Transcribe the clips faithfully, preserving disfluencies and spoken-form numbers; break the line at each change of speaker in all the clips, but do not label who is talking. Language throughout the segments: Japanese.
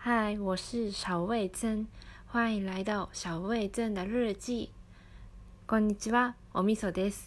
嗨，我是小味珍，欢迎来到小味珍的日记。こんにちは、おみそです。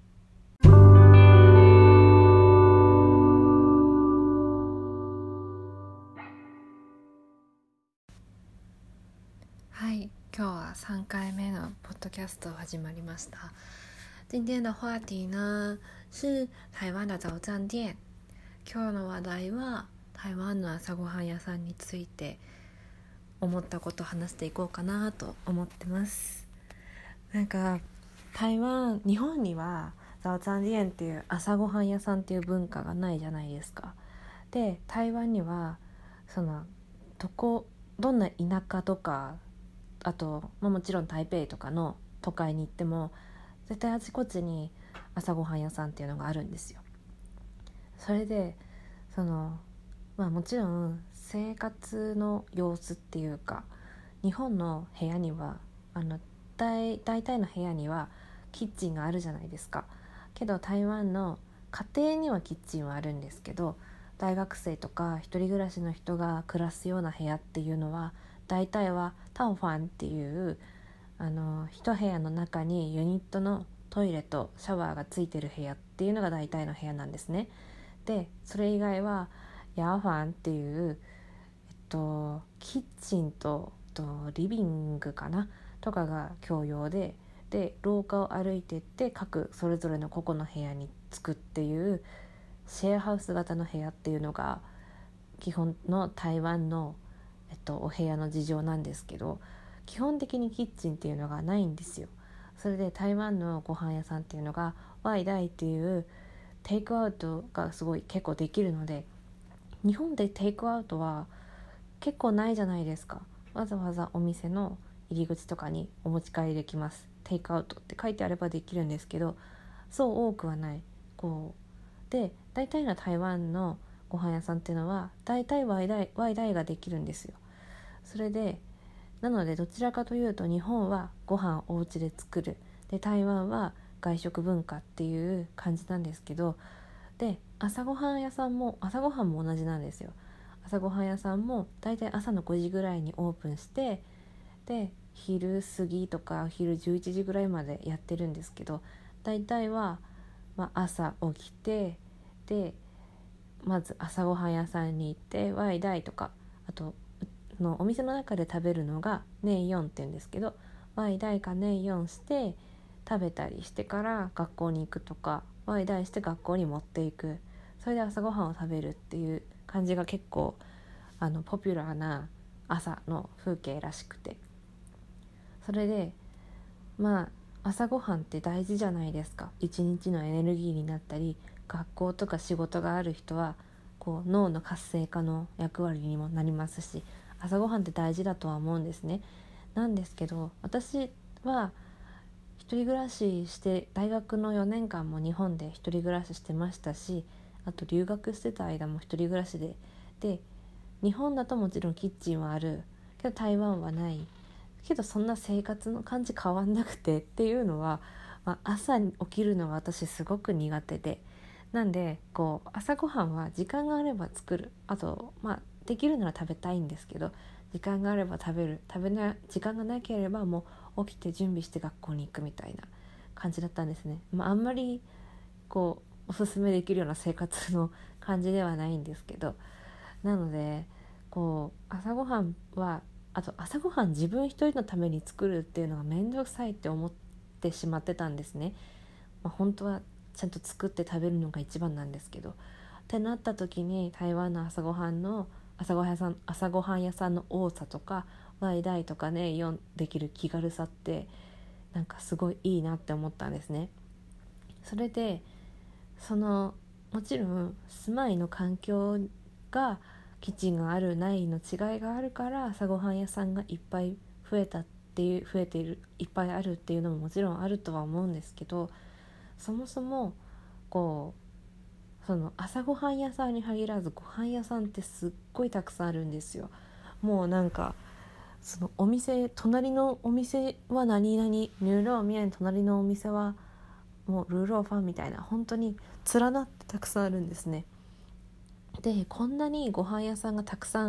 はい、今日はさんかいめのポッドキャスト始まりました。今天的话题呢是台湾的早餐店。今日の話題は台湾の朝ごはん屋さんについて思ったことを話していこうかなと思ってます。なんか台湾、日本には早餐店っていう朝ごはん屋さんっていう文化がないじゃないですか。で、台湾にはそのどこどんな田舎とか、あと、まあ、もちろん台北とかの都会に行っても絶対あちこちに朝ごはん屋さんっていうのがあるんですよ。それでそのまあもちろん生活の様子っていうか、日本の部屋にはあの大大体の部屋にはキッチンがあるじゃないですか。けど台湾の家庭にはキッチンはあるんですけど、大学生とか一人暮らしの人が暮らすような部屋っていうのは大体はタオファンっていうあの一部屋の中にユニットのトイレとシャワーがついてる部屋っていうのが大体の部屋なんですね。で、それ以外はヤーファンっていう、えっと、キッチンと、えっと、リビングかなとかが共用で、で廊下を歩いていって各それぞれの個々の部屋に着くっていうシェアハウス型の部屋っていうのが基本の台湾の、えっと、お部屋の事情なんですけど、基本的にキッチンっていうのがないんですよ。それで台湾のご飯屋さんっていうのがワイダイっていうテイクアウトがすごい結構できるので、日本でテイクアウトは結構ないじゃないですか。わざわざお店の入り口とかにお持ち帰りできます、テイクアウトって書いてあればできるんですけど、そう多くはない。こうで大体の台湾のご飯屋さんっていうのは大体ワイダイ、ワイダイができるんですよ。それでなのでどちらかというと日本はご飯をお家で作る、で台湾は外食文化っていう感じなんですけど、で朝ごはん屋さんも朝ごはんも同じなんですよ。朝ごはん屋さんもだいたい朝のごじぐらいにオープンして、で昼過ぎとか昼じゅういちじぐらいまでやってるんですけど、だいたいは、まあ、朝起きて、でまず朝ごはん屋さんに行ってワイダイとか、あとのお店の中で食べるのがネイヨンって言うんですけど、ワイダイかネイヨンして食べたりしてから学校に行くとか、ワイダイして学校に持っていく、それで朝ごはんを食べるっていう感じが結構あのポピュラーな朝の風景らしくて、それでまあ朝ごはんって大事じゃないですか。一日のエネルギーになったり、学校とか仕事がある人はこう脳の活性化の役割にもなりますし、朝ごはんって大事だとは思うんですね。なんですけど、私は一人暮らしして大学のよねんかんも日本で一人暮らししてましたし、あと留学してた間も一人暮らしで、で日本だともちろんキッチンはあるけど台湾はないけど、そんな生活の感じ変わんなくてっていうのは、まあ、朝に起きるのが私すごく苦手で、なんでこう朝ごはんは時間があれば作る、あとまあできるなら食べたいんですけど、時間があれば食べる、食べない時間がなければもう起きて準備して学校に行くみたいな感じだったんですね。まあ、あんまりこうおすすめできるような生活の感じではないんですけど、なのでこう朝ごはんは、あと朝ごはん自分一人のために作るっていうのが面倒くさいって思ってしまってたんですね。まあ、本当はちゃんと作って食べるのが一番なんですけど、ってなった時に台湾の朝ごはんの朝ごはん屋さん、朝ごはん屋さんの多さとかワイダイとかね、イオンできる気軽さってなんかすごいいいなって思ったんですね。それでそのもちろん住まいの環境がキッチンがあるないの違いがあるから朝ごはん屋さんがいっぱい増えたっていう増えているいっぱいあるっていうのももちろんあるとは思うんですけど、そもそもこうその朝ごはん屋さんに限らずご飯屋さんってすっごいたくさんあるんですよ。もうなんかそのお店、隣のお店は何々ニューローミエン、隣のお店はもうルーローファンみたいな、本当に連なってたくさんあるんですね。でこんなにご飯屋さんがたくさん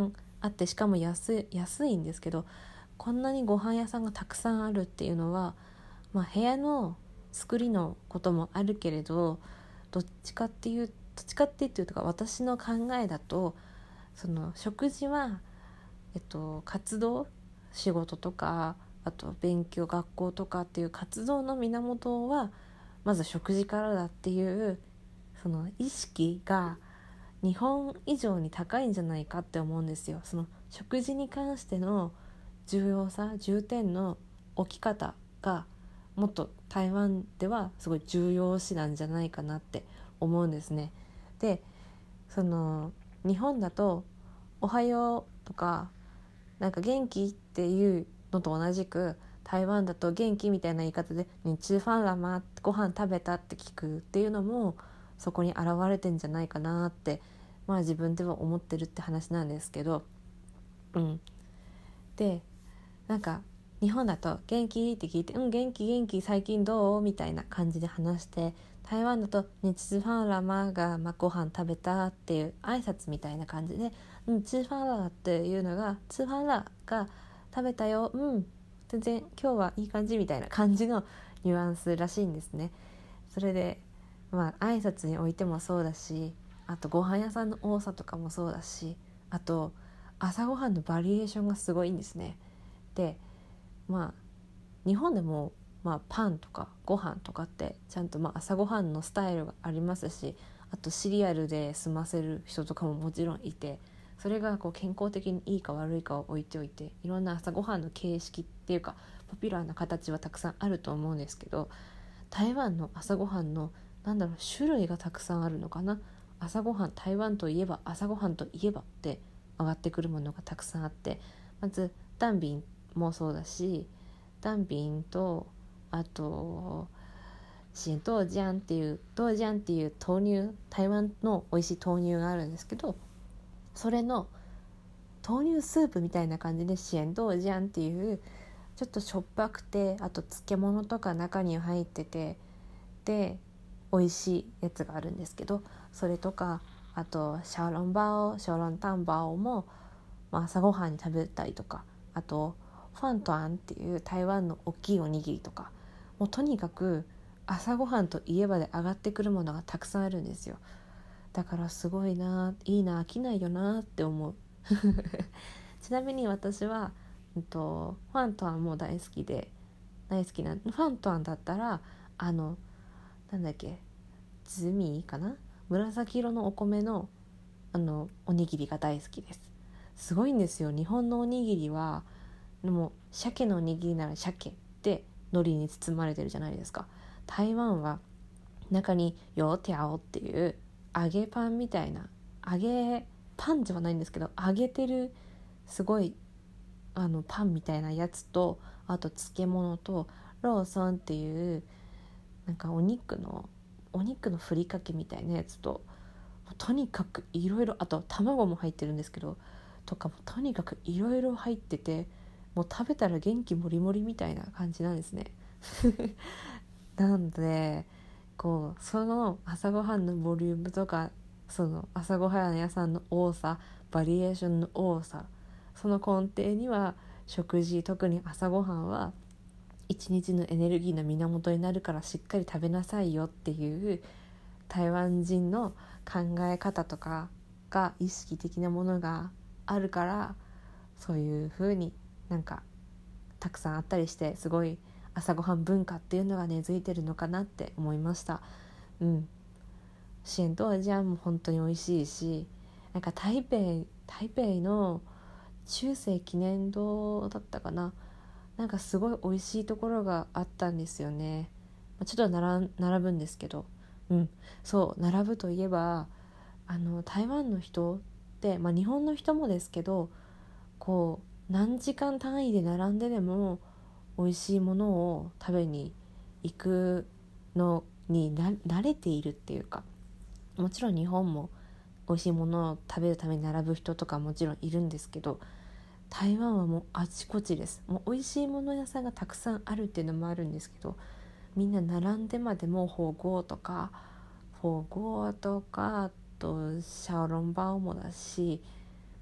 あって、しかも安い、安いんですけど、こんなにご飯屋さんがたくさんあるっていうのは、まあ、部屋の作りのこともあるけれど、どっちかっていうどっちかっていうとか私の考えだと、その食事は、えっと、活動、仕事とか、あと勉強、学校とかっていう活動の源はまず食事からだっていうその意識が日本以上に高いんじゃないかって思うんですよ。その食事に関しての重要さ、重点の置き方がもっと台湾ではすごい重要視なんじゃないかなって思うんですね。で、その日本だとおはようとかなんか元気っていうのと同じく、台湾だと元気みたいな言い方で「に吃飯了吗？ご飯食べた?」って聞くっていうのもそこに現れてんじゃないかなって、まあ自分では思ってるって話なんですけど、うんで、なんか日本だと元気って聞いて、うん元気元気最近どうみたいな感じで話して、台湾だとに吃飯了吗が、まあ、ご飯食べたっていう挨拶みたいな感じで、うん吃飯了っていうのが吃飯了が食べたよ、うん全然今日はいい感じみたいな感じのニュアンスらしいんですね。それでまあ挨拶においてもそうだし、あとご飯屋さんの多さとかもそうだし、あと朝ごはんのバリエーションがすごいんですね。でまあ日本でも、まあ、パンとかご飯とかってちゃんとまあ朝ごはんのスタイルがありますし、あとシリアルで済ませる人とかももちろんいて、それがこう健康的にいいか悪いかを置いておいて、いろんな朝ごはんの形式っていうかポピュラーな形はたくさんあると思うんですけど、台湾の朝ごはんのなんだろう種類がたくさんあるのかな。朝ごはん、台湾といえば朝ごはんといえばって上がってくるものがたくさんあって、まずダンビンもそうだし、ダンビンとあとシエ豆浆っていう豆浆っていう豆乳、台湾の美味しい豆乳があるんですけど、それの豆乳スープみたいな感じでシエ豆浆っていうちょっとしょっぱくて、あと漬物とか中に入っててで美味しいやつがあるんですけど、それとかあとシャオロンバオ、シャオロンタンバオも、まあ、朝ごはんに食べたりとか、あとファントアンっていう台湾の大きいおにぎりとか、もうとにかく朝ごはんといえばで上がってくるものがたくさんあるんですよ。だからすごいな、いいな、飽きないよなって思うちなみに私は、うんと、ファントアンも大好きで大好きな、ファントアンだったらあのなんだっけ、ズミかな、紫色のお米のあのおにぎりが大好きです。すごいんですよ。日本のおにぎりはでも鮭のおにぎりなら鮭で海苔に包まれてるじゃないですか。台湾は中にヨーティャオっていう揚げパンみたいな、揚げパンじゃないんですけど揚げてるすごいあのパンみたいなやつと、あと漬物とローソンっていうなんかお肉のお肉のふりかけみたいなやつと、とにかくいろいろ、あと卵も入ってるんですけどとかもとにかくいろいろ入ってて、もう食べたら元気もりもりみたいな感じなんですねなのでこうその朝ごはんのボリュームとか、その朝ごはん屋さんの多さ、バリエーションの多さ、その根底には食事、特に朝ごはんは一日のエネルギーの源になるからしっかり食べなさいよっていう台湾人の考え方とかが意識的なものがあるから、そういう風になんかたくさんあったりして、すごい朝ごはん文化っていうのが根付いてるのかなって思いました。うん。シエン豆浆も本当に美味しいし、なんか台北台北の中世記念堂だったかな、なんかすごい美味しいところがあったんですよね。ちょっと並並ぶんですけど、うんそう並ぶといえば、あの台湾の人って、まあ、日本の人もですけど、こう何時間単位で並んででも美味しいものを食べに行くのにな慣れているっていうか、もちろん日本も美味しいものを食べるために並ぶ人とかもちろんいるんですけど、台湾はもうあちこちです。もう美味しいもの屋さんがたくさんあるっていうのもあるんですけど、みんな並んでまでもフォーゴーとかフォーゴーとかあとシャオロンバオもだし、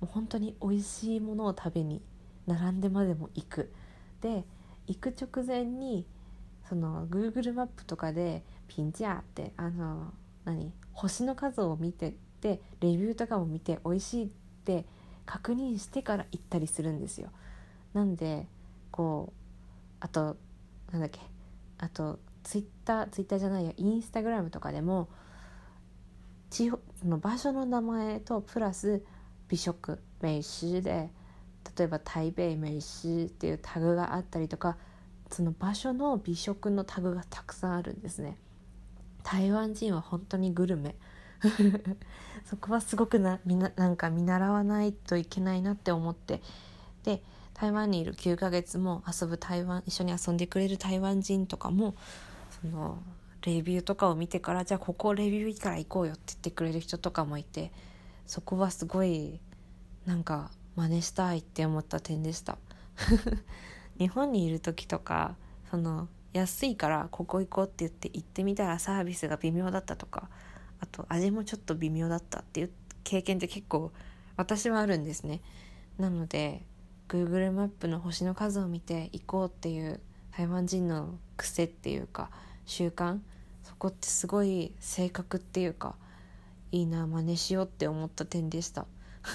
う本当に美味しいものを食べに並んでまでも行く。で行く直前にその Google マップとかでピンチャーってあの何星の数を見てでレビューとかも見て美味しいって確認してから行ったりするんですよ。なんでこうあとなんだっけあとツイッターツイッターじゃないやインスタグラムとかでも地方の場所の名前とプラス美食美食で例えば台北美食っていうタグがあったりとか、その場所の美食のタグがたくさんあるんですね。台湾人は本当にグルメそこはすごくなみななんか見習わないといけないなって思って、で台湾にいるきゅうかげつも遊ぶ台湾一緒に遊んでくれる台湾人とかもそのレビューとかを見てから、じゃあここレビューから行こうよって言ってくれる人とかもいて、そこはすごいなんか真似したいって思った点でした日本にいる時とかその安いからここ行こうって言って行ってみたらサービスが微妙だったとか、あと味もちょっと微妙だったっていう経験って結構私はあるんですね。なので Google マップの星の数を見て行こうっていう台湾人の癖っていうか習慣、そこってすごい性格っていうかいいな、真似しようって思った点でした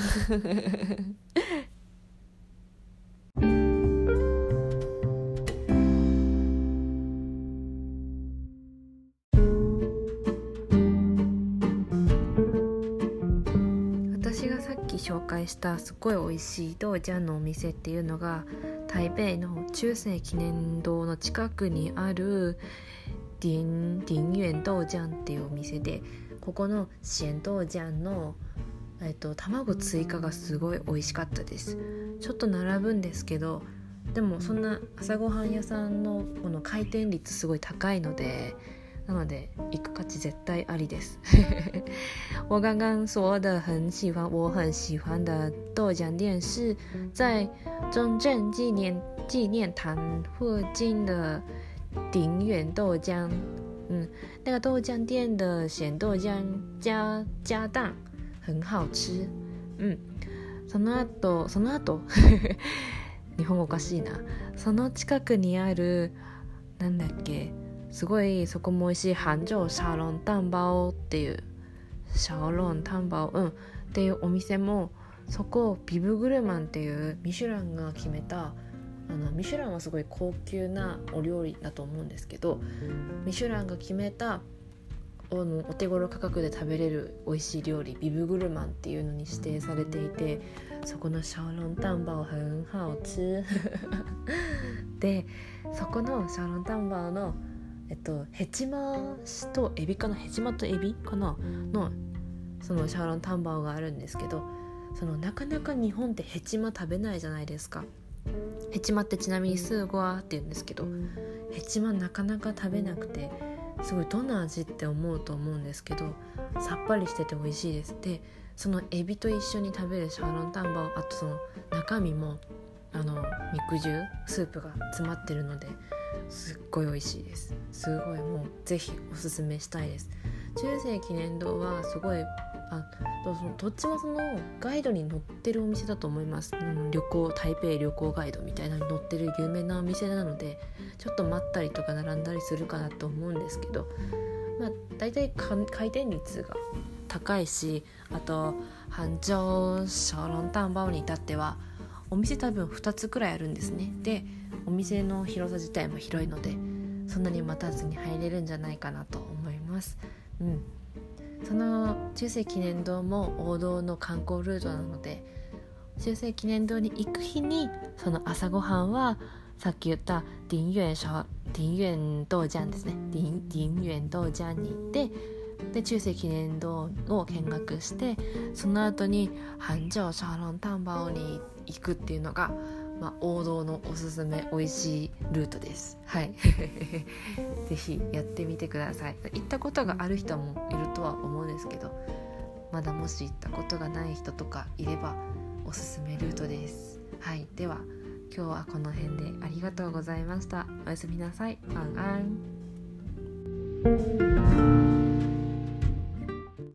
私がさっき紹介したすごい美味しい豆漿のお店っていうのが台北の中正記念堂の近くにある林林園豆漿っていうお店で、ここの鹹豆漿の、えっと、卵追加がすごい美味しかったです。ちょっと並ぶんですけど、でもそんな朝ごはん屋さんのこの回転率すごい高いので、なので行く価値絶対ありです我刚刚说的很喜欢我很喜欢的豆浆店是在中正纪念纪念堂附近的鼎远豆浆，嗯，那个豆浆店的咸豆浆加加蛋很好吃。うん、その後その後日本語おかしいな。その近くにあるなんだっけ、すごいそこも美味しい杭州小籠蛋包っていう小籠蛋包、うんっていうお店も、そこビブグルマンっていうミシュランが決めた、あのミシュランはすごい高級なお料理だと思うんですけど、ミシュランが決めた お, お手頃価格で食べれる美味しい料理ビブグルマンっていうのに指定されていて、そこの小籠蛋包很好吃でそこの小籠蛋包のえっとヘチマとエビかな、ヘチマとエビかなのその小籠蛋包があるんですけど、そのなかなか日本ってヘチマ食べないじゃないですか。ヘチマってちなみにスーゴアって言うんですけど、ヘチマなかなか食べなくて、すごいどんな味って思うと思うんですけど、さっぱりしてて美味しいです。でそのエビと一緒に食べる小籠蛋包、あとその中身もあの肉汁スープが詰まってるのですっごい美味しいです。すごいもうぜひおすすめしたいです。中正記念堂はすごいあ ど, どっちもそのガイドに載ってるお店だと思います、うん、旅行台北旅行ガイドみたいなのに載ってる有名なお店なので、ちょっと待ったりとか並んだりするかなと思うんですけど、まあだいたい回転率が高いし、あと杭州小籠蛋包に至ってはお店多分ふたつくらいあるんですね。でお店の広さ自体も広いので、そんなに待たずに入れるんじゃないかなと思います。うん、その中正記念堂も王道の観光ルートなので、中正記念堂に行く日にその朝ごはんはさっき言った林園林園豆漿ですね、林林園豆漿に行って、で中正記念堂を見学して、その後に杭州小籠蛋包に行くっていうのが、まあ、王道のおすすめ美味しいルートです。はいぜひやってみてください。行ったことがある人もいるとは思うんですけど、まだもし行ったことがない人とかいればおすすめルートです。はい、では今日はこの辺でありがとうございました。おやすみなさい。晚安。